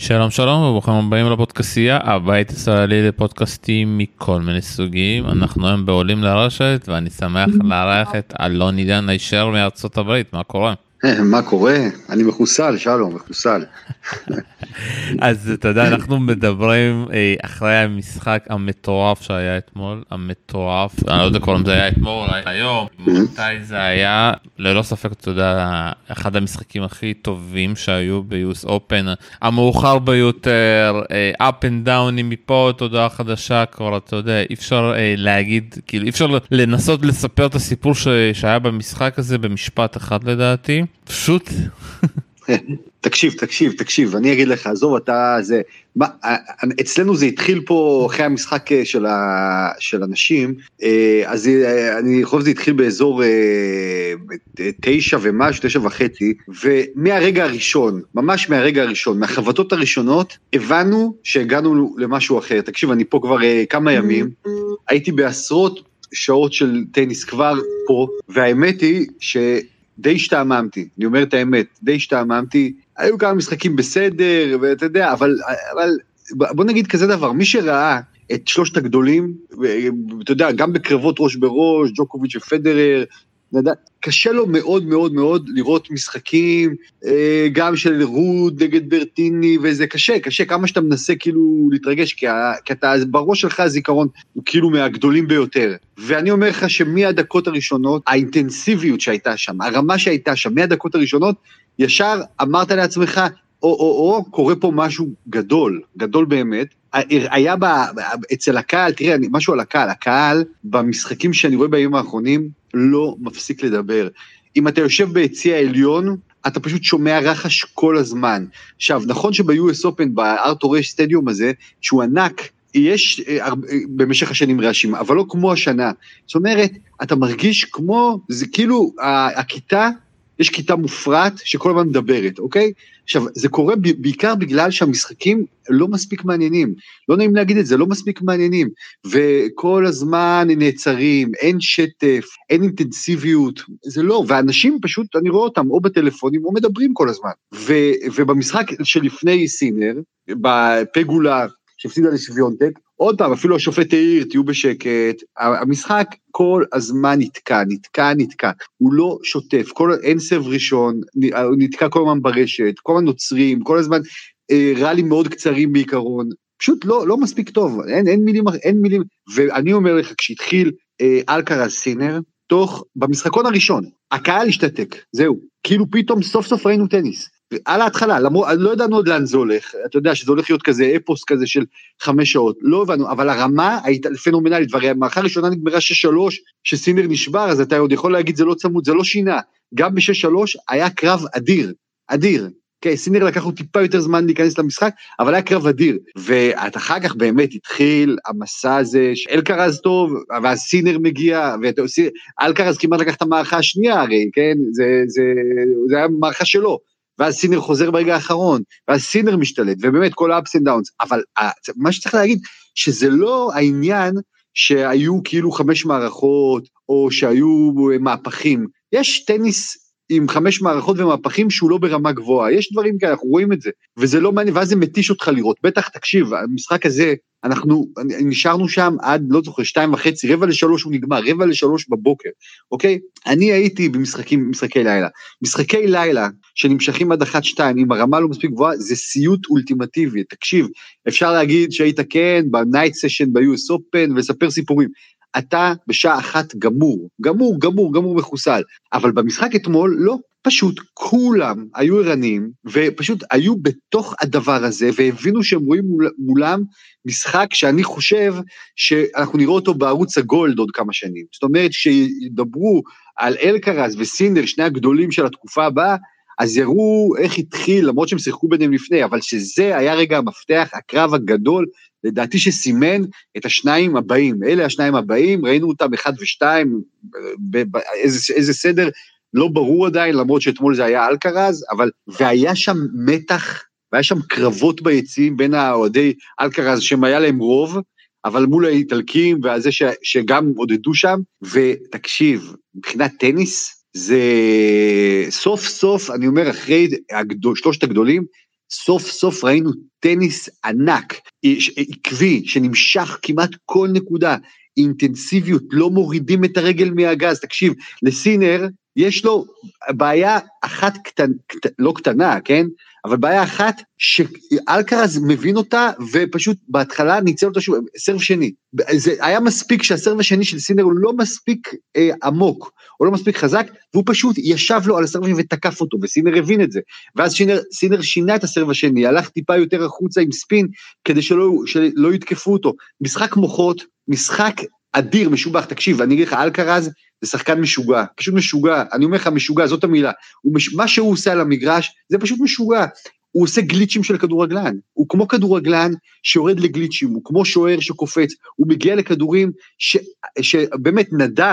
שלום שלום וברוכים הבאים לפודקאסטייה, הבית הישראלי לפודקאסטים מכל מיני סוגים. אנחנו היום בעולים לרשת ואני שמח לארח את אלון עידן הישר מארצות הברית. מה קורה? מה קורה? אני מחוסל, שלום, מחוסל. אז אתה יודע, אנחנו מדברים אחרי המשחק המטורף שהיה אתמול, המטורף, אני לא יודע כבר אם זה היה אתמול, היום, מתי זה היה, ללא ספק, אתה יודע, אחד המשחקים הכי טובים שהיו ב-US Open, המאוחר ביותר, up and down מפה, תודעה חדשה, כבר אתה יודע, אי אפשר להגיד, כאילו אי אפשר לנסות לספר את הסיפור שהיה במשחק הזה במשפט אחד לדעתי, פשוט... תקשיב, אני אגיד לך, עזוב, אצלנו זה התחיל פה אחרי המשחק של אנשים, אז אני חושב שזה התחיל באזור 9 ומשהו, 9:30, ומהרגע הראשון, ממש מהרגע הראשון, מהחבטות הראשונות, הבנו שהגענו למשהו אחר. תקשיב, אני פה כבר כמה ימים, הייתי בעשרות שעות של טניס כבר פה, והאמת היא די השתעממתי, אני אומר את האמת, די השתעממתי, היו כמה משחקים בסדר, ואתה יודע, אבל בוא נגיד כזה דבר, מי שראה את שלושת הגדולים, ואתה יודע, גם בקרבות ראש בראש, ג'וקוביץ' ופדרר, קשה לו מאוד מאוד מאוד לראות משחקים, גם של רוד נגד ברטיני, וזה קשה, כמה שאתה מנסה כאילו להתרגש, כי אתה בראש שלך הזיכרון הוא כאילו מהגדולים ביותר, ואני אומר לך שמהדקות הראשונות, האינטנסיביות שהייתה שם, הרמה שהייתה שם, מהדקות הראשונות, ישר אמרת לעצמך, קורה פה משהו גדול באמת, היה אצל הקהל, תראה, משהו על הקהל במשחקים שאני רואה בימים האחרונים, לא מפסיק לדבר. אם אתה יושב ביציע העליון, אתה פשוט שומע רחש כל הזמן. עכשיו, נכון שב-US Open, בארתור אש סטדיום הזה, שהוא ענק, יש במשך השנים רעשים, אבל לא כמו השנה. זאת אומרת, אתה מרגיש כמו, זה כאילו, הכיתה, יש כיתה מופרט שכל הזמן מדברת, אוקיי? עכשיו, זה קורה בעיקר בגלל שהמשחקים לא מספיק מעניינים, לא נעים להגיד את זה, לא מספיק מעניינים, וכל הזמן נעצרים, אין שטף, אין אינטנסיביות, זה לא, ואנשים פשוט, אני רואה אותם, או בטלפונים, או מדברים כל הזמן, ובמשחק שלפני סינר, בפגולה, שהפסידה לשוויונטק, עוד פעם, אפילו השופט העיר, תהיו בשקט, המשחק כל הזמן נתקע, הוא לא שוטף, אין סב ראשון, הוא נתקע כל הזמן ברשת, כל הזמן נוצרים, כל הזמן רלים מאוד קצרים בעיקרון, פשוט לא מספיק טוב, אין מילים, ואני אומר לך, כשהתחיל אלקרז סינר, במשחקון הראשון, הקהל השתתק, זהו, כאילו פתאום סוף סוף ראינו טניס, על ההתחלה, לא ידענו עוד לאן זה הולך, אתה יודע שזה הולך להיות כזה אפוס כזה של 5 שעות, לא הבנו, אבל הרמה הייתה פנומנלית, והמערכה הראשונה נגמרה 6-3, שסינר נשבר, אז אתה עוד יכול להגיד זה לא צמוד, זה לא שינה, גם ב-6-3 היה קרב אדיר, כן, סינר לקח לו טיפה יותר זמן להיכנס למשחק, אבל היה קרב אדיר, ואחר כך באמת התחיל המסע הזה, אלקרז טוב, ואז סינר מגיע, אלקרז כמעט לקח את המערכה השנייה הרי, כן, זה היה מערכה שלו, ואז סינר חוזר ברגע האחרון, ואז סינר משתלט, ובאמת כל ה-ups and downs, אבל מה שצריך להגיד, שזה לא העניין שהיו כאילו 5 מערכות, או שהיו מהפכים, יש טניס עם 5 מערכות ומהפכים שהוא לא ברמה גבוהה, יש דברים כאלה, אנחנו רואים את זה, וזה לא מעניין, ואז זה מתיש אותך לראות, בטח תקשיב, המשחק הזה, אנחנו נשארנו שם עד, לא זוכר, 2:30, 2:45 הוא נגמר, 2:45 בבוקר, אוקיי? אני הייתי במשחקי לילה, משחקי לילה שנמשכים עד 1-2, עם הרמה לא מספיק גבוהה, זה סיוט אולטימטיבי, תקשיב, אפשר להגיד שהיית כן, בנייט סשן, ב-US Open, ולספר סיפורים, אתה בשעה 1 גמור מחוסל, אבל במשחק אתמול לא, פשוט כולם היו ערניים, ופשוט היו בתוך הדבר הזה, והבינו שהם רואים מולם משחק שאני חושב שאנחנו נראה אותו בערוץ הגולד עוד כמה שנים, זאת אומרת שידברו על אלקרז וסינר, שני הגדולים של התקופה הבאה, אז יראו איך התחיל, למרות שהם שיחקו ביניהם לפני, אבל שזה היה רגע המפתח, הקרב הגדול, לדעתי שסימן את השניים הבאים, אלה השניים הבאים, ראינו אותם 1 ו-2, איזה סדר, לא ברור עדיין, למרות שאתמול זה היה אלקרז, אבל, והיה שם מתח, והיה שם קרבות ביציעים, בין האוהדי אלקרז, שהם היה להם רוב, אבל מול האיטלקים, וזה שגם עודדו שם, ותקשיב, מבחינת טניס, זה סוף סוף, אני אומר, אחרי שלושת הגדולים, סוף סוף ראינו טניס ענק, עקבי, שנמשך כמעט כל נקודה, אינטנסיביות, לא מורידים את הרגל מהגז, תקשיב, לסינר יש לו בעיה אחת לא קטנה, כן? אבל בעיה אחת שאלקרז מבין אותה, ופשוט בהתחלה ניצל אותה שוב, סרב שני. זה היה מספיק שהסרב השני של סינר הוא לא מספיק עמוק, הוא לא מספיק חזק, והוא פשוט ישב לו על הסרב השני ותקף אותו, וסינר הבין את זה. ואז סינר שינה את הסרב השני, הלך טיפה יותר החוצה עם ספין, כדי שלא יתקפו אותו. משחק מוחות, משחק אדיר, משובח, תקשיב, אני אגיד לך, אלקרז זה שחקן משוגע, פשוט משוגע, אני אומר לך משוגע, זאת המילה, מה שהוא עושה על המגרש, זה פשוט משוגע, הוא עושה גליצ'ים של כדורגלן, הוא כמו כדורגלן שיורד לגליצ'ים, הוא כמו שוער שקופץ, הוא מגיע לכדורים שבאמת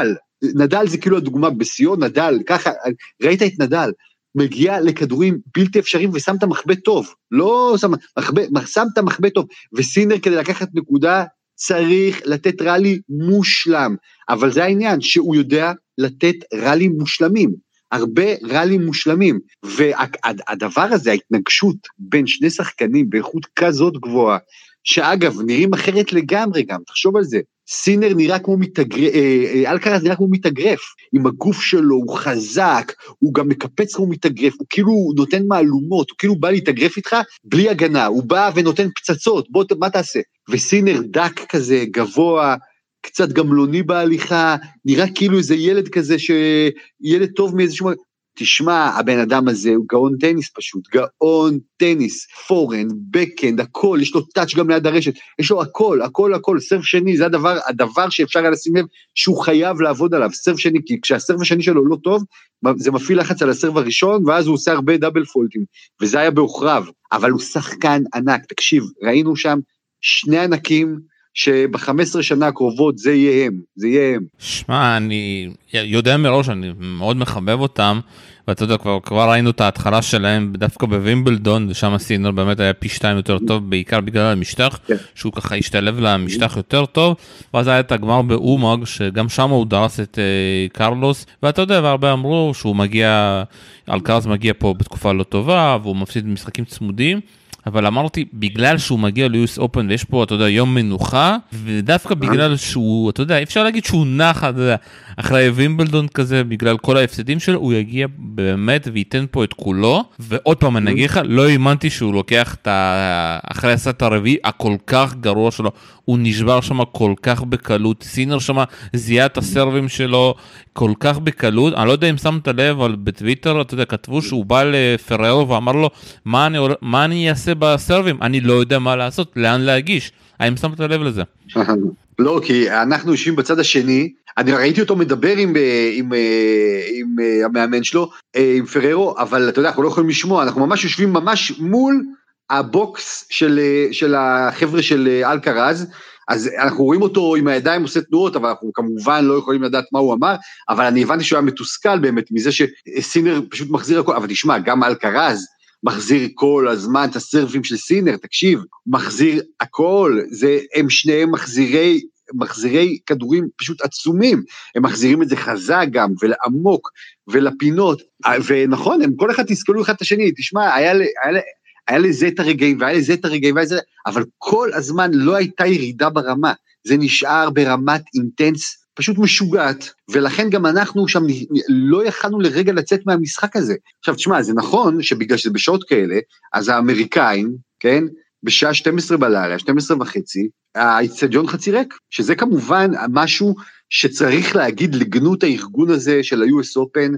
נדל זה כאילו הדוגמה בסיון, נדל, ככה, ראית את נדל, מגיע לכדורים בלתי אפשריים ושם את המחבט טוב, לא שם את המחבט טוב, וסינר כדי לקחת נקודה, צריך לתת רלי מושלם, אבל זה העניין, שהוא יודע לתת רלי מושלמים, הרבה רלי מושלמים, והדבר הזה, ההתנגשות בין שני שחקנים, באיכות כזאת גבוהה, שאגב, נראים אחרת לגמרי גם, תחשוב על זה, סינר נראה כמו אלקרז נראה כמו מתאגרף, עם הגוף שלו, הוא חזק, הוא גם מקפץ כמו מתאגרף, הוא כאילו נותן מעלומות, הוא כאילו בא להתאגרף איתך, בלי הגנה, הוא בא ונותן פצצות, בוא, מה תעשה? וסינר דק כזה, גבוה, קצת גמלוני בהליכה, נראה כאילו איזה ילד כזה, ילד טוב מאיזשהו, תשמע, הבן אדם הזה הוא גאון טניס פשוט, גאון טניס, פורן, בקנד, הכל, יש לו טאץ' גם ליד הרשת, יש לו הכל, סרב שני, זה הדבר שאפשר היה לשים לב, שהוא חייב לעבוד עליו, סרב שני, כי כשהסרב השני שלו לא טוב, זה מפעיל לחץ על הסרב הראשון, ואז הוא עושה הרבה דאבל פולטים, וזה היה באוכריו, אבל הוא שחקן ענק, תקשיב, ראינו שם שני ענקים, שב-15 שנה הקרובות זה יהיה הם. שמע, אני יודע מראש, אני מאוד מחבב אותם, ואתה יודע, כבר ראינו את ההתחלה שלהם, דווקא בווימבלדון, ושם סינר באמת היה פי 2 יותר טוב, בעיקר בגלל המשטח, שהוא ככה השתלב למשטח יותר טוב, ואז היה את הגמר באומאג, שגם שם הוא דרס את קרלוס, ואתה יודע, והרבה אמרו שהוא מגיע, אלקרז מגיע פה בתקופה לא טובה, והוא מפסיד במשחקים צמודים, אבל אמרתי, בגלל שהוא מגיע ליוס אופן, ויש פה, אתה יודע, יום מנוחה, ודווקא בגלל שהוא, אתה יודע, אפשר להגיד שהוא נח, אתה יודע, אחרי וימבלדון כזה, בגלל כל ההפסדים שלו, הוא יגיע באמת וייתן פה את כולו, ועוד פעם אני אגיד לך, לא האמנתי שהוא לוקח אחרי הסט הרביעי, הכל כך גרוע שלו, הוא נשבר שם כל כך בקלות, סינר שם זיהה את הסרבים שלו כל כך בקלות, אני לא יודע אם שמת לב, אבל בטוויטר, אתה יודע, כתבו שהוא בא לפררו ואמר לו, מה אני אעשה בסרבים? אני לא יודע מה לעשות, לאן להגיש. האם שמת לב לזה? לא, כי אנחנו יושבים בצד השני, אני ראיתי אותו מדבר עם המאמן שלו, עם פררו, אבל אתה יודע, אנחנו לא יכולים לשמוע, אנחנו ממש יושבים ממש מול הבוקס של החבר'ה של אלקרז, אז אנחנו רואים אותו עם הידיים עושה תנועות, אבל אנחנו כמובן לא יכולים לדעת מה הוא אמר, אבל אני הבנתי שהוא היה מתוסכל באמת, מזה שסינר פשוט מחזיר הכל, אבל תשמע, גם אלקרז מחזיר כל הזמן את הסרבים של סינר, תקשיב, מחזיר הכל, הם שניהם מחזירי כדורים פשוט עצומים, הם מחזירים את זה חזק גם, ולעמוק, ולפינות, ונכון, הם כל אחד תסכלו אחד את השני, תשמע, היה לזה את הרגעים, והיה לזה את הרגעים, אבל כל הזמן לא הייתה ירידה ברמה, זה נשאר ברמת אינטנס, פשוט משוגעת, ולכן גם אנחנו שם לא יכלנו לרגע לצאת מהמשחק הזה. עכשיו תשמע, זה נכון שבגלל שזה בשעות כאלה, אז האמריקאים, כן, בשעה 12 בלילה, 12 וחצי, האצטדיון חצי ריק, שזה כמובן משהו שצריך להגיד לגנות הארגון הזה של ה-US Open,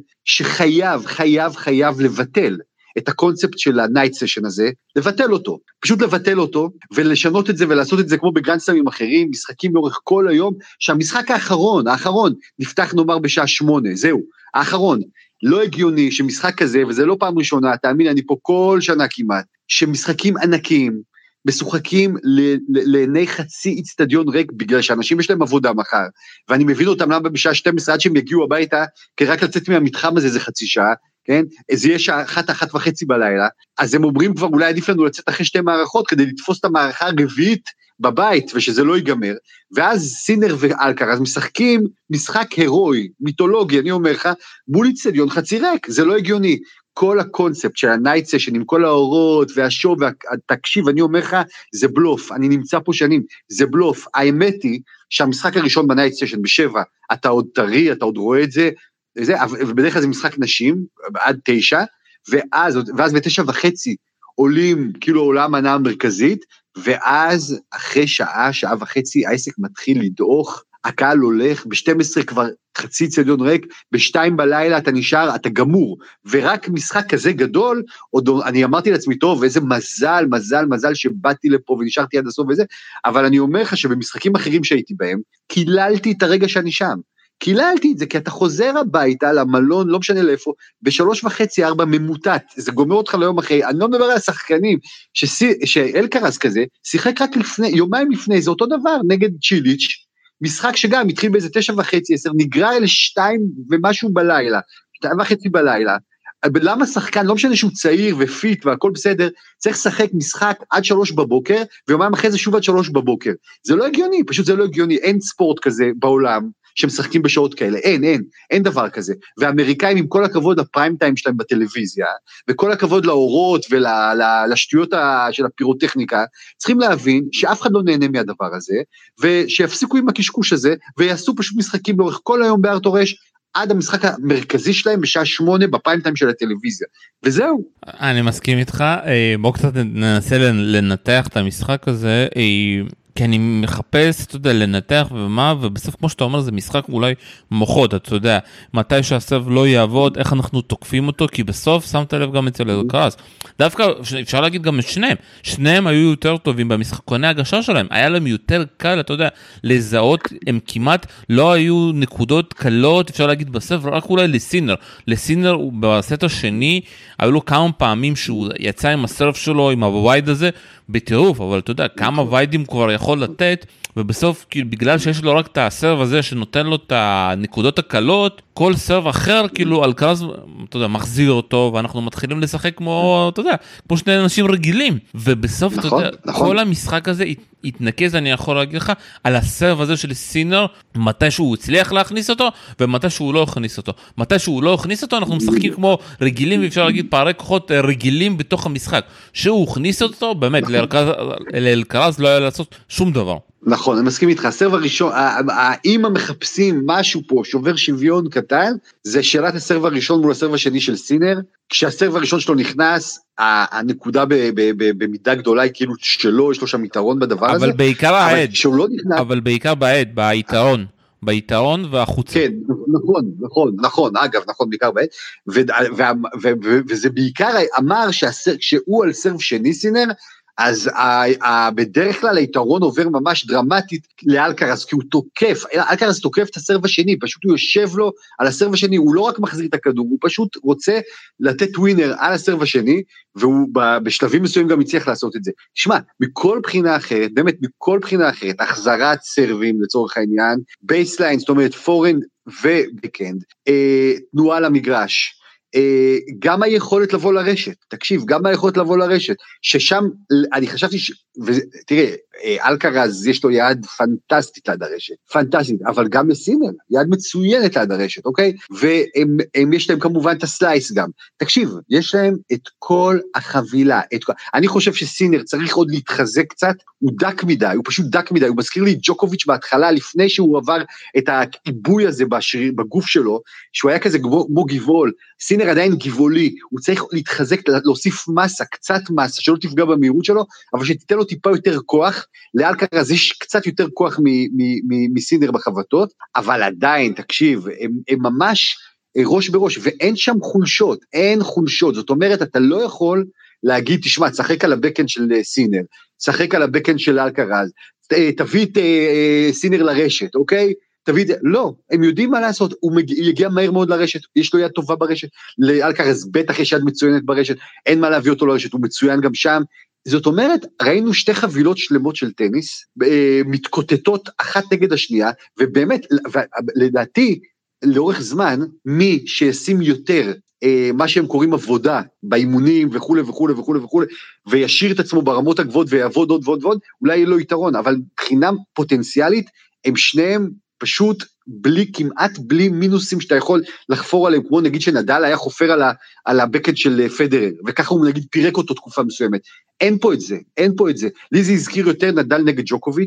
שחייב לבטל את הקונספט של ה-Night Session הזה, לבטל אותו, פשוט לבטל אותו, ולשנות את זה ולעשות את זה כמו בגרנדסלאמים אחרים, משחקים לאורך כל היום, שהמשחק האחרון, נפתח נאמר בשעה 8, זהו, האחרון, לא הגיוני שמשחק כזה, וזה לא פעם ראשונה, תאמין, אני פה כל שנה כמעט, שמשחקים ענקיים, משוחקים לעיני חצי אצטדיון ריק, בגלל שאנשים יש להם עבודה מחר, ואני מבין אותם למה בשעה 12 עד שהם יגיעו הביתה, כי רק לצאת מהמתחם הזה זה חצי שעה, כן? זה יהיה שעה 1:30 בלילה, אז הם אומרים כבר אולי עדיף לנו לצאת אחרי 2 מערכות, כדי לתפוס את המערכה הרביעית בבית, ושזה לא ייגמר, ואז סינר ואלקרז משחקים משחק הירואי, מיתולוגי, אני אומר לך, מול אצטדיון חצי ריק, זה לא הגיוני, כל הקונספט של הנייט סשן, עם כל האורות והשוב, תקשיב, אני אומר לך, זה בלוף, אני נמצא פה שנים, זה בלוף, האמת היא, שהמשחק הראשון בנייט סשן, ב7, אתה עוד טרי, אתה עוד רואה את זה, ובדרך כלל זה משחק נשים, עד 9, ואז ב9:30, עולים, כאילו עולה המנה המרכזית, ואז אחרי שעה וחצי, העסק מתחיל לדעוך, הקהל הולך, ב12 כבר חצי צדיון ריק, ב2 בלילה אתה נשאר, אתה גמור, ורק משחק כזה גדול, אני אמרתי לעצמי טוב, איזה מזל שבאתי לפה ונשארתי עד הסוף וזה, אבל אני אומר לך שבמשחקים אחרים שהייתי בהם, קיללתי את הרגע שאני שם, קיללתי את זה, כי אתה חוזר הביתה למלון, לא משנה לאיפה, ב3:30-4 ממוטט, זה גומר אותך ליום אחרי, אני לא מדבר על השחקנים, שאלקרז כזה, שיחק רק יומיים לפני, זה אותו דבר, נגד צ'יליץ', משחק שגם התחיל באיזה 9:30-10, נגרע אל 2 ומשהו בלילה, 2:30 בלילה, למה שחקן, לא משנה שהוא צעיר ופיט והכל בסדר, צריך לשחק משחק עד 3 בבוקר, ויומיים אחרי זה שוב עד 3 בבוקר, זה לא הגיוני, פשוט זה לא הגיוני, אין ספורט כזה בעולם, שמשחקים בשעות כאלה, אין דבר כזה, והאמריקאים עם כל הכבוד לפריים טיים שלהם בטלוויזיה, וכל הכבוד לאורות ולשטויות של הפירוטכניקה, צריכים להבין שאף אחד לא נהנה מהדבר הזה, ושיפסיקו עם הקשקוש הזה, ויעשו פשוט משחקים לאורך כל היום בארתורש, עד המשחק המרכזי שלהם בשעה 8 בפריים טיים של הטלוויזיה, וזהו. אני מסכים איתך, בואו קצת ננסה לנתח את המשחק הזה, כי אני מחפש, אתה יודע, לנתח ומה, ובסוף כמו שאתה אומר, זה משחק אולי מוחות, אתה יודע, מתי שהסרב לא יעבוד, איך אנחנו תוקפים אותו, כי בסוף שמת לב גם אצל אלקרז. דווקא, אפשר להגיד גם את שניהם היו יותר טובים במשחקוני הגשה שלהם, היה להם יותר קל, אתה יודע, לזהות, הם כמעט לא היו נקודות קלות, אפשר להגיד בסרב, רק אולי לסינר בסט השני, היו לו כמה פעמים שהוא יצא עם הסרב שלו, עם הווייד הזה, בטירוף, אבל אתה יודע, כמה ויידים כבר יכול לתת, ובסוף, כאילו, בגלל שיש לו רק את הסרב הזה, שנותן לו את הנקודות הקלות, כל סרב אחר, כאילו, אלקרז, אתה יודע, מחזיר אותו, ואנחנו מתחילים לשחק כמו, אתה יודע, כמו שני אנשים רגילים, ובסוף, אתה יודע, כל המשחק הזה התנקז, אני יכול להגיד לך, על הסרב הזה של סינר, מתי שהוא הצליח להכניס אותו, ומתי שהוא לא הכניס אותו. מתי שהוא לא הכניס אותו, אנחנו משחקים כמו רגילים, ואפשר להגיד פערי כוחות רגילים בתוך המשחק. שהוא הכניס אותו, באמת, לאלקרז לא היה לעשות שום דבר. נכון, אני מסכים איתך, הסרב הראשון, אם המחפשים משהו פה, שובר שוויון קטן, זה שאלת הסרב הראשון מול הסרב השני של סינר, כשהסרב הראשון שלו נכנס, הנקודה במידה גדולה היא כאילו שלו, יש לו שם יתרון בדבר הזה. אבל בעיקר העד, לא נכנס... אבל בעיקר בעד, ביתרון והחוצה. כן, נכון, אגב, נכון, בעיקר בעד, וזה בעיקר אמר שהוא על סרב שני סינר, אז בדרך כלל היתרון עובר ממש דרמטית לאלקרז, כי הוא תוקף, אלקרז תוקף את הסרב השני, פשוט הוא יושב לו על הסרב השני, הוא לא רק מחזיר את הכדור, הוא פשוט רוצה לתת ווינר על הסרב השני, והוא בשלבים מסוימים גם הצליח לעשות את זה. תשמע, מכל בחינה אחרת, באמת מכל בחינה אחרת, החזרת סרבים לצורך העניין, בייסליין, זאת אומרת פורנד ובקנד, תנועה למגרש, גם היכולת לבוא לרשת, תקשיב, גם היכולת לבוא לרשת, ששם אני חשבתי, תראה, אלקרז יש לו יד פנטסטית ליד הרשת, פנטסטית, אבל גם לסינר, יד מצוינת ליד הרשת, אוקיי? ויש להם כמובן את הסלייס גם, תקשיב, יש להם את כל החבילה, אני חושב שסינר צריך עוד להתחזק קצת, הוא דק מדי, הוא פשוט דק מדי, הוא מזכיר לי ג'וקוביץ' בהתחלה, לפני שהוא עבר את העיבוי הזה בגוף שלו, שהוא היה כזה כמו גיבול, סינר עדיין גיבולי, הוא צריך להתחזק, להוסיף מסה, קצת מסה, שלא תפגע במהירות שלו, אבל שתיתן לו טיפה יותר כוח, לאלקרז יש קצת יותר כוח מסינר בחבטות, אבל עדיין, תקשיב, הם ממש ראש בראש, ואין שם חולשות, אין חולשות, זאת אומרת, אתה לא יכול להגיד, תשמע, תשחק על הבקן של סינר, תשחק על הבקן של אלקרז, תביא את סינר לרשת, אוקיי? לא, הם יודעים מה לעשות, הוא יגיע מהר מאוד לרשת, יש לו יד טובה ברשת, לאלקרז בטח יש יד מצוינת ברשת, אין מה להביא אותו לרשת, הוא מצוין גם שם, זאת אומרת, ראינו שתי חבילות שלמות של טניס, מתקוטטות אחת נגד השנייה, ובאמת, לדעתי, לאורך זמן, מי שישים יותר, מה שהם קוראים עבודה, באימונים וכו' וכו' וכו' וכו', וישאיר את עצמו ברמות הגבוהות, ויעבוד עוד ועוד ועוד, אולי יהיה לו יתרון, אבל מבחינה פוטנציאלית, הם שניהם פשוט כמעט בלי מינוסים שאתה יכול לחפור עליהם, כמו נגיד שנדל היה חופר על הבקד של פדרר, וככה הוא נגיד פירק אותו תקופה מסוימת. אין פה את זה. לי זה הזכיר יותר נדל נגד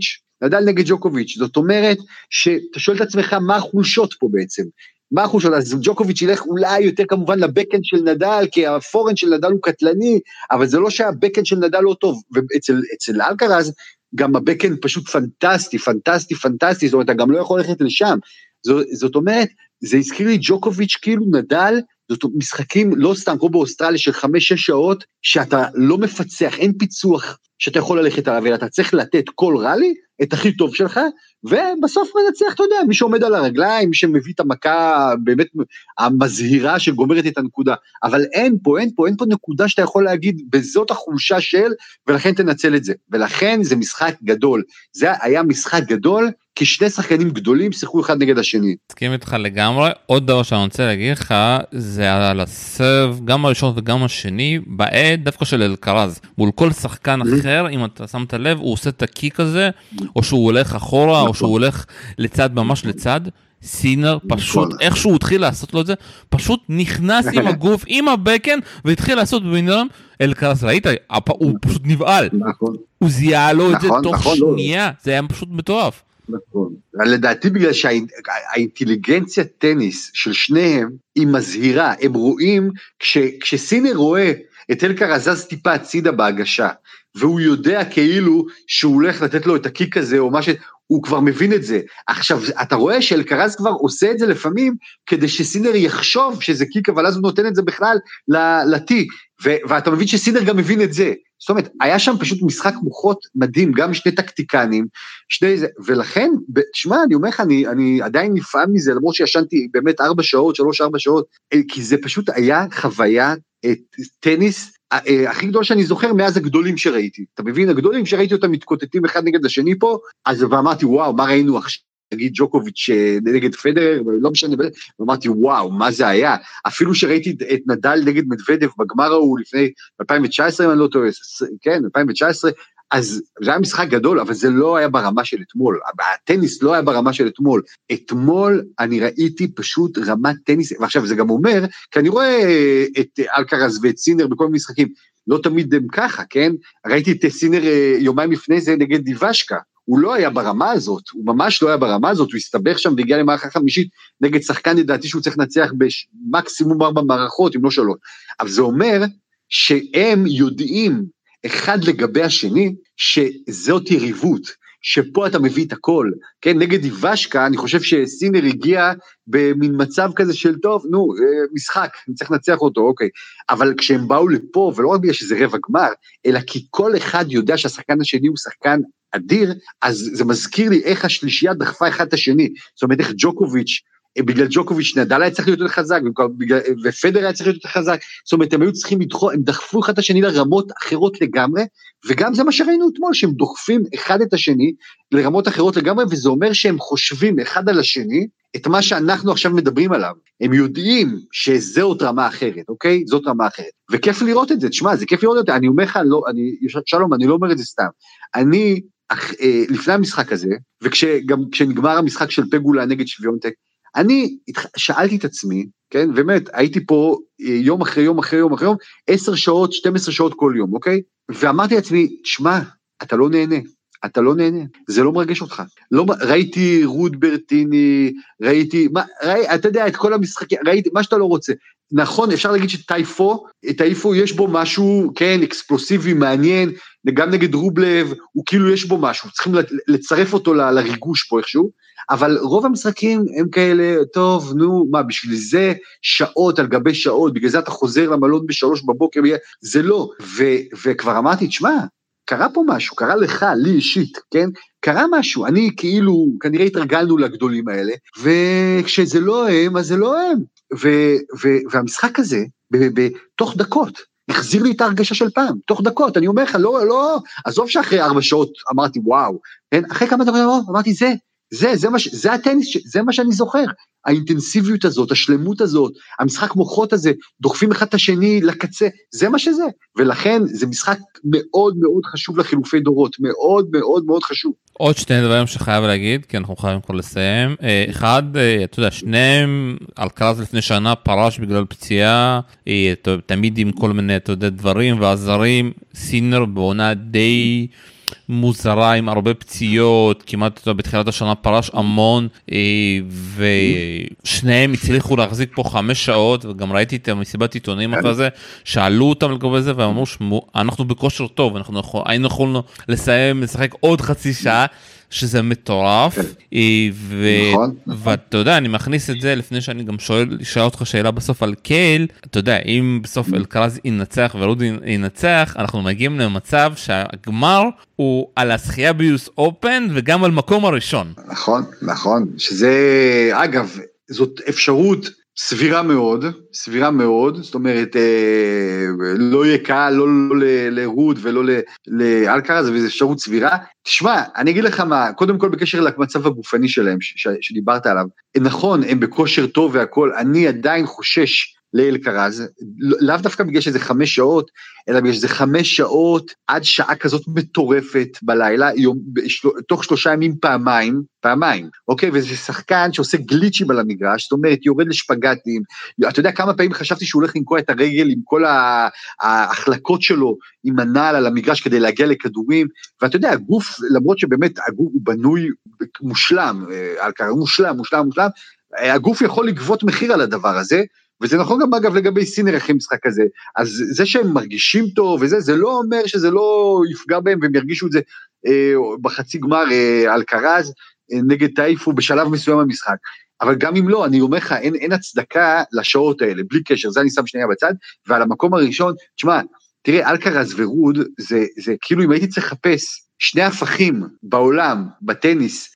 ג'וקוביץ', זאת אומרת, שאתה שואל את עצמך מה החולשות פה בעצם, מה החולשות, אז ג'וקוביץ' ילך אולי יותר כמובן לבקן של נדל, כי הפורן של נדל הוא קטלני, אבל זה לא שהבקן של נדל לא טוב, ואצל אלקרז, גם הבקן פשוט פנטסטי, זאת אומרת, אתה גם לא יכול ללכת לשם, זאת אומרת, זה הזכיר לי ג'וקוביץ' כאילו נדל, זאת משחקים לא סתם כמו באוסטרליה של 5-6 שעות, שאתה לא מפצח, אין פיצוח שאתה יכול ללכת עליו, אלא אתה צריך לתת כל רלי, את הכי טוב שלך, ובסוף מנצח, אתה יודע, מי שעומד על הרגליים, מי שמביא את המכה, באמת המזהירה שגומרת את הנקודה, אבל אין פה נקודה שאתה יכול להגיד, בזאת החולשה של, ולכן תנצל את זה, ולכן זה משחק גדול, זה היה משחק גדול, כי שני שחקנים גדולים שיחקו אחד נגד השני. מסכים איתך לגמרי, עוד דבר שאני רוצה להגיד לך, זה על הסרב, גם הראשון וגם השני, בעד דווקא של אלקרז, מול כל שחקן אחר, אם אתה שמת לב, הוא עושה את הקיק הזה, או שהוא הולך אחורה, או שהוא הולך לצד, ממש לצד, סינר פשוט, איך שהוא התחיל לעשות לו את זה, פשוט נכנס עם הגוף, עם הבקן, והתחיל לעשות בבינם, אלקרז, ראית, הוא פשוט נבעל, הוא זיהה לו את זה תוך שנייה, זה היה פשוט מטורף. נכון, לדעתי בגלל שהאינטליגנציה טניס של שניהם היא מזהירה, הם רואים, כשסינר רואה את אלקרז זז טיפה הצידה בהגשה, והוא יודע כאילו שהוא הולך לתת לו את הקיק הזה, או משהו, הוא כבר מבין את זה. עכשיו, אתה רואה שאלקרז כבר עושה את זה לפעמים, כדי שסינר יחשוב שזה קיק, אבל אז הוא נותן את זה בכלל לטי, ואתה מבין שסינר גם מבין את זה. זאת אומרת, היה שם פשוט משחק מוחות מדהים, גם שני טקטיקנים, ולכן, תשמע, אני אומר לך, אני עדיין נפעם מזה, למרות שישנתי באמת 4 שעות, 3-4 שעות, כי זה פשוט היה חוויה טניס, הכי גדול שאני זוכר מאז הגדולים שראיתי, אתה מבין, הגדולים שראיתי אותם מתקוטטים אחד נגד השני פה, אז ואמרתי וואו, מה ראינו עכשיו, נגיד ג'וקוביץ' נגד פדרר, לא משנה, ואמרתי וואו, מה זה היה, אפילו שראיתי את נדל נגד מדוודב בגמר ההוא לפני 2019, אם אני לא טועה, כן, 2019, אז זה היה משחק גדול, אבל זה לא היה ברמה של אתמול, הטניס לא היה ברמה של אתמול, אתמול אני ראיתי פשוט רמת טניס, ועכשיו זה גם אומר, כי אני רואה את אלקרז ואת סינר בכל מיני משחקים, לא תמיד הם ככה, כן, ראיתי את סינר יומיים לפני זה נגד דיוושקה, הוא לא היה ברמה הזאת, הוא ממש לא היה ברמה הזאת, הוא הסתבך שם והגיע למערכה חמישית, נגד שחקן לדעתי שהוא צריך לנצח במקסימום 4 מערכות, אם לא 3, אבל זה אומר שהם יודעים, אחד לגבי השני, שזאת יריבות, שפה אתה מביא את הכל, כן, נגד דיוושקה, אני חושב שסינר הגיע במין מצב כזה של טוב, נו, משחק, אני צריך לנצח אותו, אוקיי, אבל כשהם באו לפה, ולא רק בגלל שזה רבע גמר, אלא כי כל אחד יודע שהשחקן השני הוא שחקן אדיר, אז זה מזכיר לי איך השלישייה דחפה אחד את השני, זאת אומרת איך ג'וקוביץ', בגלל ג'וקוביץ' נדל היה צריך להיות יותר חזק, ופדר היה צריך להיות יותר חזק, זאת אומרת, הם היו צריכים לדחוף, הם דחפו אחד את השני לרמות אחרות לגמרי, וגם זה מה שראינו אתמול, שהם דוחפים אחד את השני לרמות אחרות לגמרי, וזה אומר שהם חושבים אחד על השני, את מה שאנחנו עכשיו מדברים עליו, הם יודעים שזאת רמה אחרת, אוקיי? זאת רמה אחרת, וכיף לראות את זה, תשמע, זה כיף לראות את זה, אני אומר לך, שלום, אני לא אומר את זה סתם, אני, לפני המשחק הזה, וגם כשנגמר המשחק של פגולה נגד שוויונטק, אני שאלתי את עצמי, כן, באמת, הייתי פה יום אחרי יום אחרי יום אחרי יום, 10 שעות, 12 שעות כל יום, אוקיי? ואמרתי לעצמי, שמע, אתה לא נהנה, זה לא מרגש אותך. לא, ראיתי רות ברטיני, אתה יודע, את כל המשחקים, ראיתי, מה שאתה לא רוצה. נכון, אפשר להגיד שטייפו יש בו משהו, כן, אקספלוסיבי, מעניין, גם נגד רובלב, הוא כאילו יש בו משהו, צריכים לצרף אותו לריגוש פה איכשהו, אבל רוב המשחקים הם כאלה, טוב, נו, מה, בשביל זה שעות על גבי שעות, בגלל זה אתה חוזר למלון ב3 בבוקר, זה לא, וכבר אמרתי, תשמע, קרה פה משהו, קרה לך, לי אישית, כן? קרה משהו, אני כאילו, כנראה התרגלנו לגדולים האלה, וכשזה לא הם, אז זה לא הם, והמשחק הזה, בתוך דקות, החזיר לי את ההרגשה של פעם, תוך דקות, אני אומר לך, לא, עזוב שאחרי 4 שעות אמרתי, וואו, כן? אחרי כמה דקות אמרתי, זה הטניס, זה מה שאני זוכר, האינטנסיביות הזאת, השלמות הזאת, המשחק מוחות הזה, דוחפים אחד את השני לקצה, זה מה שזה, ולכן זה משחק מאוד מאוד חשוב לחילופי דורות, מאוד מאוד מאוד חשוב. עוד שני דברים שחייב להגיד, כי אנחנו חייבים כבר לסיים. אחד, אתה יודע, שניהם, אלקרז לפני שנה פרש בגלל פציעה, תמיד עם כל מיני, אתה יודע, דברים ועזרים, סינר בעונה די מוזרה עם הרבה פציעות, כמעט בתחילת השנה פרש המון, ושניהם הצליחו להחזיק פה 5 שעות, וגם ראיתי את המסיבת עיתונים אחרי זה, שאלו אותם לגבי זה, ואמרו שאנחנו בכושר טוב, היינו יכולנו לסיים, לשחק עוד חצי שעה, שזה מטורף, ואתה יודע, אני מכניס את זה לפני שאני גם שואל אותך שאלה בסוף על קייל, אתה יודע, אם בסוף אלקרז ינצח ורוד ינצח, אנחנו מגיעים למצב שהגמר הוא על הזכייה ביוס אופן, וגם על מקום הראשון. נכון, שזה, אגב, זאת אפשרות סבירה מאוד, זאת אומרת, לא יהיה קל, לא לרוד ולא לאלקרז, וזו אפשרות סבירה. תשמע, אני אגיד לך מה, קודם כל בקשר למצב הגופני שלהם, שדיברת עליו, נכון, הם בכושר טוב והכל, אני עדיין חושש לאלקרז, לאו דווקא בגלל שזה 5 שעות, אלא בגלל שזה 5 שעות, עד שעה כזאת מטורפת בלילה, תוך 3 ימים פעמיים, אוקיי? וזה שחקן שעושה גליצ'ים על המגרש, זאת אומרת, יורד לשפגטים, אתה יודע כמה פעמים חשבתי שהוא הולך לנקוע את הרגל עם כל ההחלקות שלו, עם הנעל על המגרש כדי להגיע לכדורים, ואתה יודע, הגוף, למרות שבאמת הגוף הוא בנוי מושלם, מושלם, הגוף יכול לגבות מחיר על הדבר הזה, וזה נכון גם אגב לגבי סינר אחרי משחק הזה, אז זה שהם מרגישים טוב וזה, זה לא אומר שזה לא יפגע בהם, והם ירגישו את זה בחצי גמר אלקרז נגד טייפו בשלב מסוים המשחק, אבל גם אם לא, אני אומר לך, אין הצדקה לשעות האלה, בלי קשר, זה אני שם שנייה בצד, ועל המקום הראשון, תשמע, תראה, אלקרז ורוד, זה כאילו אם הייתי צריך לחפש, 2 הפכים בעולם, בטניס,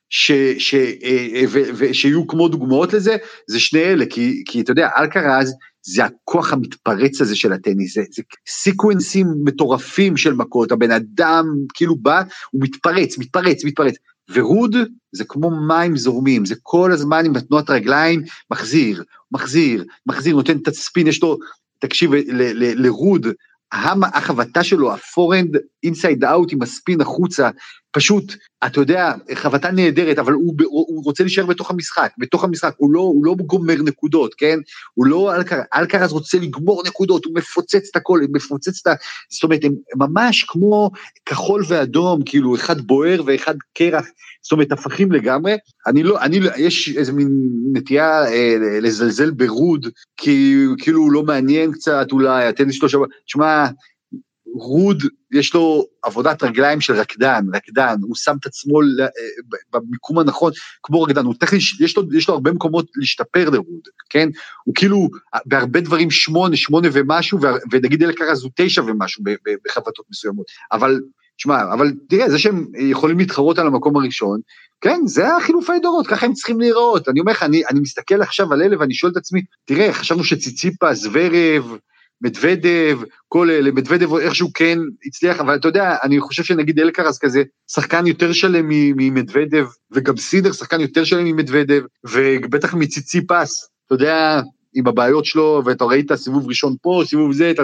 שיהיו כמו דוגמאות לזה, זה 2 אלה, כי אתה יודע, אלקרז, זה הכוח המתפרץ הזה של הטניס, זה סיקוונסים מטורפים של מכות, הבן אדם כאילו בא, הוא מתפרץ, ורוד זה כמו מים זורמים, זה כל הזמן עם תנועת רגליים, מחזיר, נותן את הספין, יש לו, תקשיב, לרוד, החבטה שלו, הפורנד אינסייד אאוט עם הספין החוצה, פשוט, אתה יודע, חבטה נהדרת, אבל הוא רוצה להישאר בתוך המשחק, הוא לא גומר נקודות, כן? הוא לא, אלקרז רוצה לגמור נקודות, הוא מפוצץ את הכל, זאת אומרת, הם ממש כמו כחול ואדום, כאילו, אחד בוער ואחד קרח, זאת אומרת, הפכים לגמרי, יש איזה מין נטייה לזלזל ברוד, כי כאילו הוא לא מעניין קצת, אולי, הטניס שלו שבא, תשמע, רוד, יש לו עבודת רגליים של רקדן, הוא שם את עצמו במיקום הנכון, כמו רקדן, יש לו הרבה מקומות להשתפר לרוד, כן? הוא כאילו, בהרבה דברים 8 ומשהו, ונגיד אלקרז הוא 9 ומשהו, בחבטות מסוימות, אבל תראה, זה שהם יכולים להתחרות על המקום הראשון, כן, זה החילופי דורות, ככה הם צריכים להיראות, אני אומר לך, אני מסתכל עכשיו על אלה, ואני שואל את עצמי, תראה, חשבנו שציציפה, זוורב, מדוודב, כל אלה, מדוודב איכשהו כן הצליח, אבל אתה יודע, אני חושב שנגיד אלקרז כזה, שחקן יותר שלם ממדוודב, וגם סינר שחקן יותר שלם ממדוודב, ובטח מציציפס, אתה יודע, עם הבעיות שלו, ואתה ראית סיבוב ראשון פה, סיבוב זה,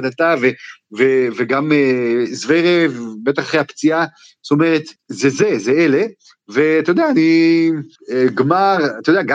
וגם זוורב, בטח אחרי הפציעה, זאת אומרת, זה אלה, ואתה יודע, גמר, אתה יודע,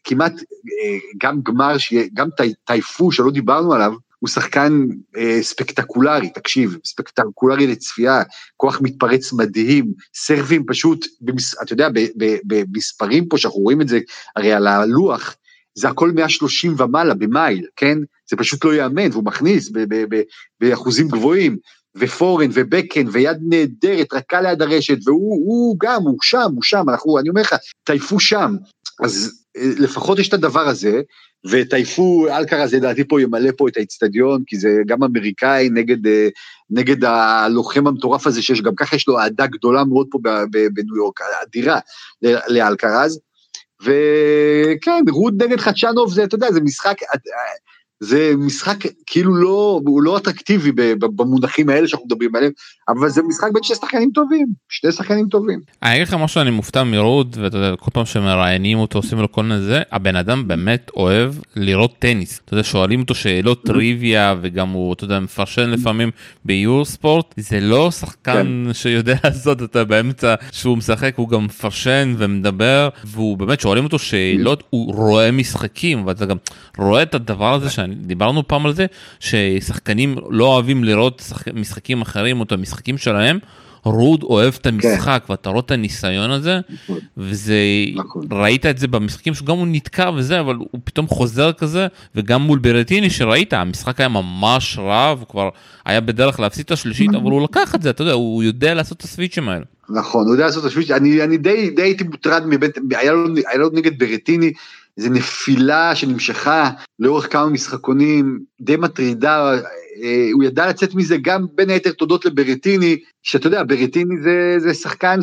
גם גמר, גם טייפו שלא דיברנו עליו, הוא שחקן ספקטקולרי, תקשיב, ספקטקולרי לצפייה, כוח מתפרץ מדהים, סרבים פשוט, אתה יודע, במספרים פה שאנחנו רואים את זה, הרי על הלוח, זה הכל 130 ומעלה במייל, כן? זה פשוט לא יאמן, והוא מכניס באחוזים גבוהים, ופורן ובקן, ויד נהדרת, רכה ליד הרשת, והוא גם, הוא שם, אני אומר לך, טייפו שם, אז לפחות יש את הדבר הזה, וטייפו, אלקרז לדעתי פה ימלא פה את האצטדיון, כי זה גם אמריקאי נגד הלוחם המטורף הזה, שיש גם ככה יש לו אהדה גדולה מאוד פה בניו יורק, אדירה לאלקרז, וכן, רוד נגד חדשנוב, זה, אתה יודע, זה משחק, זה משחק כאילו לא, הוא לא אטרקטיבי במונחים האלה שאנחנו מדברים עליהם, אבל זה משחק בין שני שחקנים טובים. אני אגיד לך משהו שאני מופתע מרוד, ואתה יודע, כל פעם שמראיינים אותו, עושים לו כל מיני, הבן אדם באמת אוהב לראות טניס. אתה יודע, שואלים אותו שאלות טריוויה, וגם הוא, אתה יודע, מפרשן לפעמים ביור ספורט, זה לא שחקן שיודע לעשות, אתה באמצע שהוא משחק, הוא גם מפרשן ומדבר, והוא באמת שואלים אותו שאלות, הוא רואה משחקים, ואתה גם רואה את הדבר הזה, דיברנו פעם על זה, ששחקנים לא אוהבים לראות משחקים אחרים, או את המשחקים שלהם, רוד אוהב את המשחק, ואתה רואה את הניסיון הזה, וזה, ראית את זה במשחקים, שגם הוא נתקע וזה, אבל הוא פתאום חוזר כזה, וגם מול ברטיני שראית, המשחק היה ממש רע, הוא כבר היה בדרך להפסיד את השלישית, אבל הוא לקח את זה, אתה יודע, הוא יודע לעשות את הסוויצ'ים האלה. נכון, הוא יודע לעשות את הסוויץ', אני די הייתי מוטרד היה לו נגד ברטיני, איזו נפילה שנמשכה לאורך כמה משחקונים, די מטרידה, הוא ידע לצאת מזה גם בין היתר תודות לברטיני, שאתה יודע, ברטיני זה שחקן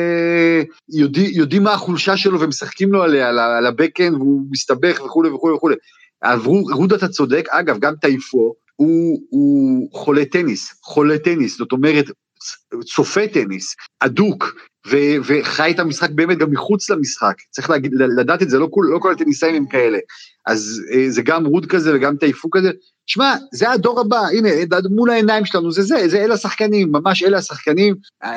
שיודעים מה החולשה שלו ומשחקים לו עליה, על הבקן, והוא מסתבך וכו' וכו' וכו'. רוד אתה צודק, אגב, גם טייפו, הוא חולה טניס, זאת אומרת, צופה טניס, אדוק, וחי את המשחק באמת גם מחוץ למשחק, צריך לדעת את זה, לא כל הטניסאים הם כאלה, אז זה גם רוד כזה וגם טייפו כזה, שמע, זה הדור הבא, הנה, מול העיניים שלנו, זה אלה השחקנים, ממש אלה השחקנים,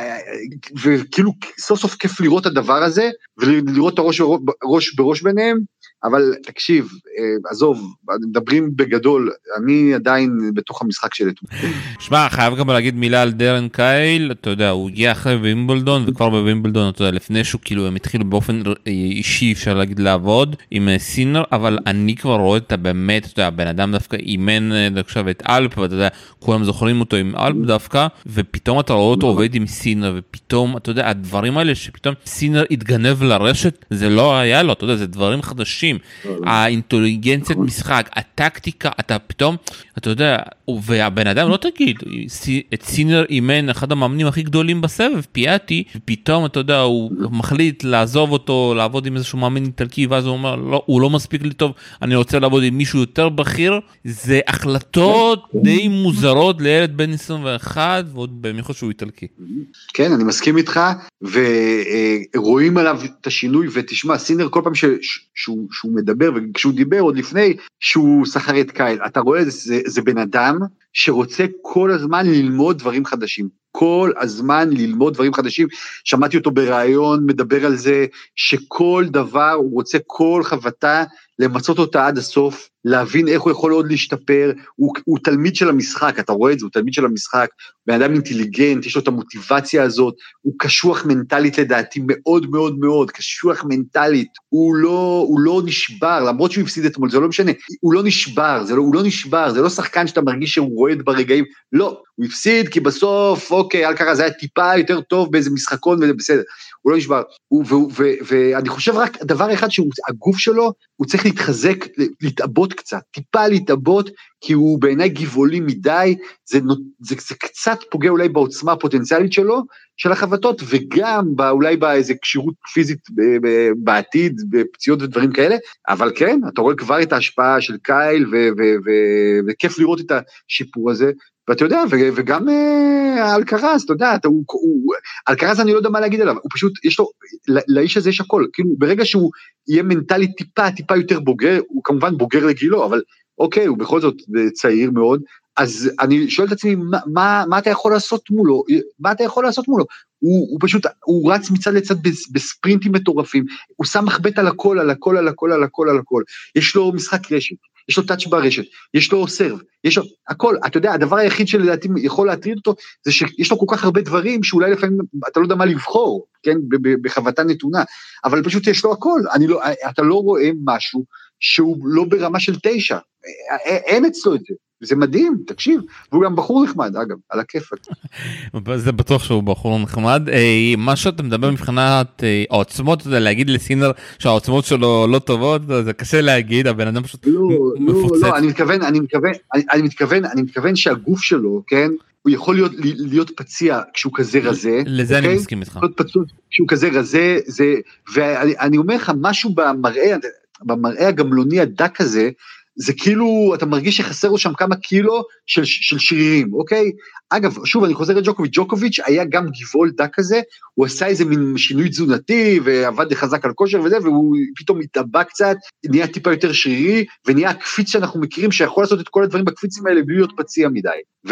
וכאילו סוף סוף כיף לראות את הדבר הזה, ולראות את הראש בראש ביניהם, אבל תקשיב, עזוב, מדברים בגדול, אני עדיין בתוך המשחק של אתמול. שמע, חייב גם להגיד מילה על דרן קייל, אתה יודע, הוא הגיע אחרי וימבלדון, וכבר בווימבלדון, אתה יודע, לפני שהוא כאילו, הם התחילו באופן אישי, אפשר להגיד, לעבוד עם סינר, אבל אני כבר רואה את באמת, אתה יודע, הבן אדם דווקא אימן עכשיו את אלפ, ואתה יודע, כולם זוכרים אותו עם אלפ דווקא, ופתאום אתה רואה אותו עובד עם סינר, ופתאום, אתה יודע, הדברים האלה שפתאום סינר התגנב לרשת, זה לא היה לו, אתה יודע, זה דברים חדשים, האינטליגנציית משחק, הטקטיקה, אתה פתאום, אתה יודע, והבן אדם לא תגיד, את סינר אימן אחד המאמנים הכי גדולים בסבב, פיאטי, ופתאום, אתה יודע, הוא מחליט לעזוב אותו, לעבוד עם איזשהו מאמן איטלקי, ואז הוא אומר, לא, הוא לא מספיק לי טוב, אני רוצה לעבוד עם מישהו יותר בכיר, זה החלטות די מוזרות לילד בן 21, ועוד במיוחד שהוא איטלקי. כן, אני מסכים איתך, ורואים עליו את השינוי, ותשמע, סינר כל פעם שהוא מדבר, וכשהוא דיבר עוד לפני שהוא שכר את קייל, אתה רואה, זה בן אדם שרוצה כל הזמן ללמוד דברים חדשים, כל הזמן ללמוד דברים חדשים, שמעתי אותו ברעיון, מדבר על זה, שכל דבר הוא רוצה כל חבטה, למצות אותה עד הסוף, להבין איך הוא יכול עוד להשתפר, הוא תלמיד של המשחק, אתה רואה את זה, הוא תלמיד של המשחק, בן אדם אינטליגנט, יש לו את המוטיבציה הזאת, הוא קשוח מנטלית לדעתי, מאוד מאוד מאוד, קשוח מנטלית, הוא לא נשבר, למרות שהוא הפסיד אתמול, זה לא משנה, הוא לא נשבר, זה לא שחקן שאתה מרגיש שהוא רועד ברגעים, לא, הוא הפסיד, כי בסוף, אוקיי, אלקרז היה טיפה יותר טוב באיזה משחקון, וזה בסדר, הוא לא נשבר, ואני חושב רק דבר אחד, שהגוף שלו, הוא צריך להתחזק, להתאבות קצת, טיפה להתאבות, כי הוא בעיניי גבעולי מדי, זה קצת פוגע אולי בעוצמה הפוטנציאלית שלו, של החבטות, וגם אולי באיזה קשירות פיזית בעתיד, בפציעות ודברים כאלה, אבל כן, אתה רואה כבר את ההשפעה של קייל, וכיף לראות את השיפור הזה, ואתה יודע, וגם אלקרז, אתה יודע, אלקרז אני לא יודע מה להגיד עליו, הוא פשוט, יש לו, לאיש הזה יש הכל, כאילו ברגע שהוא יהיה מנטלי טיפה יותר בוגר, הוא כמובן בוגר לגילו, אבל אוקיי, הוא בכל זאת צעיר מאוד, אז אני שואל את עצמי, מה אתה יכול לעשות מולו? הוא פשוט, הוא רץ מצד לצד בספרינטים מטורפים, הוא שם מחבט על הכל, יש לו משחק רשת, יש לו טאץ' ברשת, יש לו סרב, יש לו הכל, אתה יודע, הדבר היחיד שלדעתי יכול להטריד אותו, זה שיש לו כל כך הרבה דברים, שאולי לפעמים אתה לא יודע מה לבחור, כן, בחבטה נתונה, אבל פשוט יש לו הכל, אתה לא רואה משהו, שהוא לא ברמה של 9, אין אצלו את זה, זה מדהים, תקשיב, והוא גם בחור נחמד, אגב, על הכיף. זה בטוח שהוא בחור נחמד, מה שאתה מדבר מבחינת העוצמות, להגיד לסינר שהעוצמות שלו לא טובות, זה קשה להגיד, הבן אדם פשוט מפוצץ. לא, אני מתכוון שהגוף שלו, כן, הוא יכול להיות פציע כשהוא כזה רזה. לזה אני מסכים איתך. כשהוא כזה רזה, ואני אומר לך, משהו במראה הגמלוני הדק הזה, זה כאילו, אתה מרגיש שחסר לו שם כמה קילו של שרירים, אוקיי? אגב, שוב, אני חוזר לג'וקוביץ', ג'וקוביץ' היה גם גבעול דק כזה, הוא עשה איזה מין שינוי תזונתי, ועבד חזק על כושר וזה, והוא פתאום מתאבא קצת, נהיה טיפה יותר שרירי, ונהיה הקפיץ שאנחנו מכירים, שיכול לעשות את כל הדברים בקפיצים האלה, בלי להיות פציע מדי.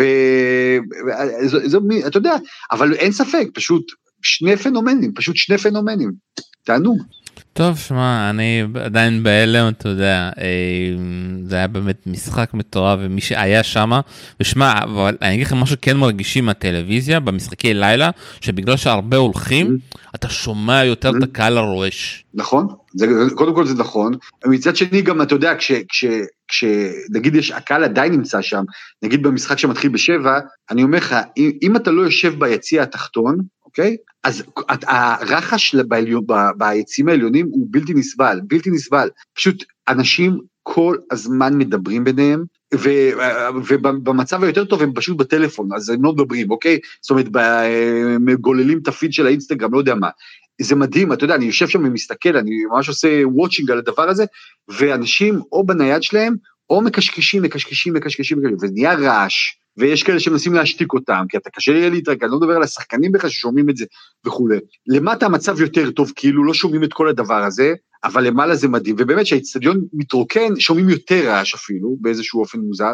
אתה יודע, אבל אין ספק, פשוט שני פנומנים, תענוג. טוב, שמע, אני עדיין בהלם, אתה יודע, זה היה באמת משחק מטורף, ומי שהיה שם, ושמע, אבל אני אגיד לכם משהו כן מרגישים מהטלוויזיה, במשחקי לילה, שבגלל שהרבה הולכים, אתה שומע יותר את הקהל הרועש. נכון, קודם כל זה נכון, מצד שני גם, אתה יודע, כשנגיד הקהל עדיין נמצא שם, נגיד במשחק שמתחיל ב7, אני אומר לך, אם אתה לא יושב ביציע התחתון, אוקיי? אז הרחש ביציעים העליונים הוא בלתי נסבל, פשוט אנשים כל הזמן מדברים ביניהם, ובמצב היותר טוב הם פשוט בטלפון, אז הם לא מדברים, אוקיי? זאת אומרת, מגוללים את הפיד של האינסטגרם, לא יודע מה, זה מדהים, אתה יודע, אני יושב שם ומסתכל, אני ממש עושה וואצ'ינג על הדבר הזה, ואנשים או בנייד שלהם, או מקשקשים, ונהיה רעש, ויש כאלה שמנסים להשתיק אותם, כי אתה קשה לי להתרגל, אני לא מדבר על השחקנים בכלל ששומעים את זה וכו'. למטה המצב יותר טוב, כאילו לא שומעים את כל הדבר הזה, אבל למעלה זה מדהים, ובאמת שהאצטדיון מתרוקן, שומעים יותר רעש אפילו, באיזשהו אופן מוזר,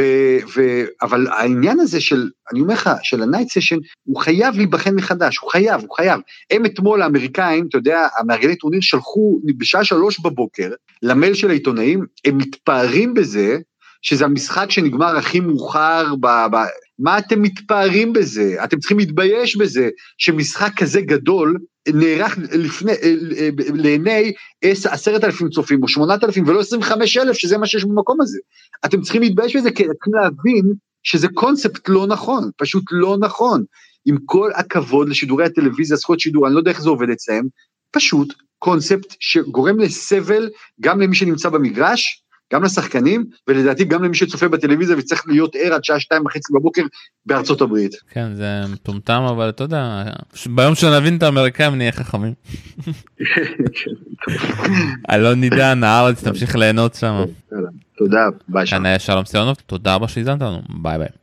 אבל העניין הזה של, אני אומר לך, של הנייט סשן, הוא חייב להיבחן מחדש, הוא חייב. הם אתמול האמריקאים, אתה יודע, המארגני טורניר שלחו בשעה 3 בבוקר, למייל של העיתונאים, הם מתפארים בזה, שזה המשחק שנגמר הכי מאוחר, מה אתם מתפארים בזה? אתם צריכים להתבייש בזה, שמשחק כזה גדול, נערך לעיני 10,000 צופים, או 8,000, ולא 25,000, שזה מה שיש במקום הזה. אתם צריכים להתבייש בזה, כי אתם צריכים להבין, שזה קונספט לא נכון, פשוט לא נכון. עם כל הכבוד לשידורי הטלוויזיה, זכויות שידור, אני לא יודע איך זה עובד אצלם, פשוט קונספט שגורם לסבל, גם למי שנמצא במגרש, גם לשחקנים, ולדעתי גם למי שצופה בטלוויזיה, וצריך להיות ער עד שעה 2:30 בבוקר בארצות הברית. כן, זה מטומטם, אבל אתה יודע, ביום שנבין את האמריקאים נהיה חכמים. אלון נידן, הארץ, תמשיך ליהנות שם. תודה, ביי. כאן היה שלום סיונוב, תודה רבה שהזנת לנו, ביי ביי.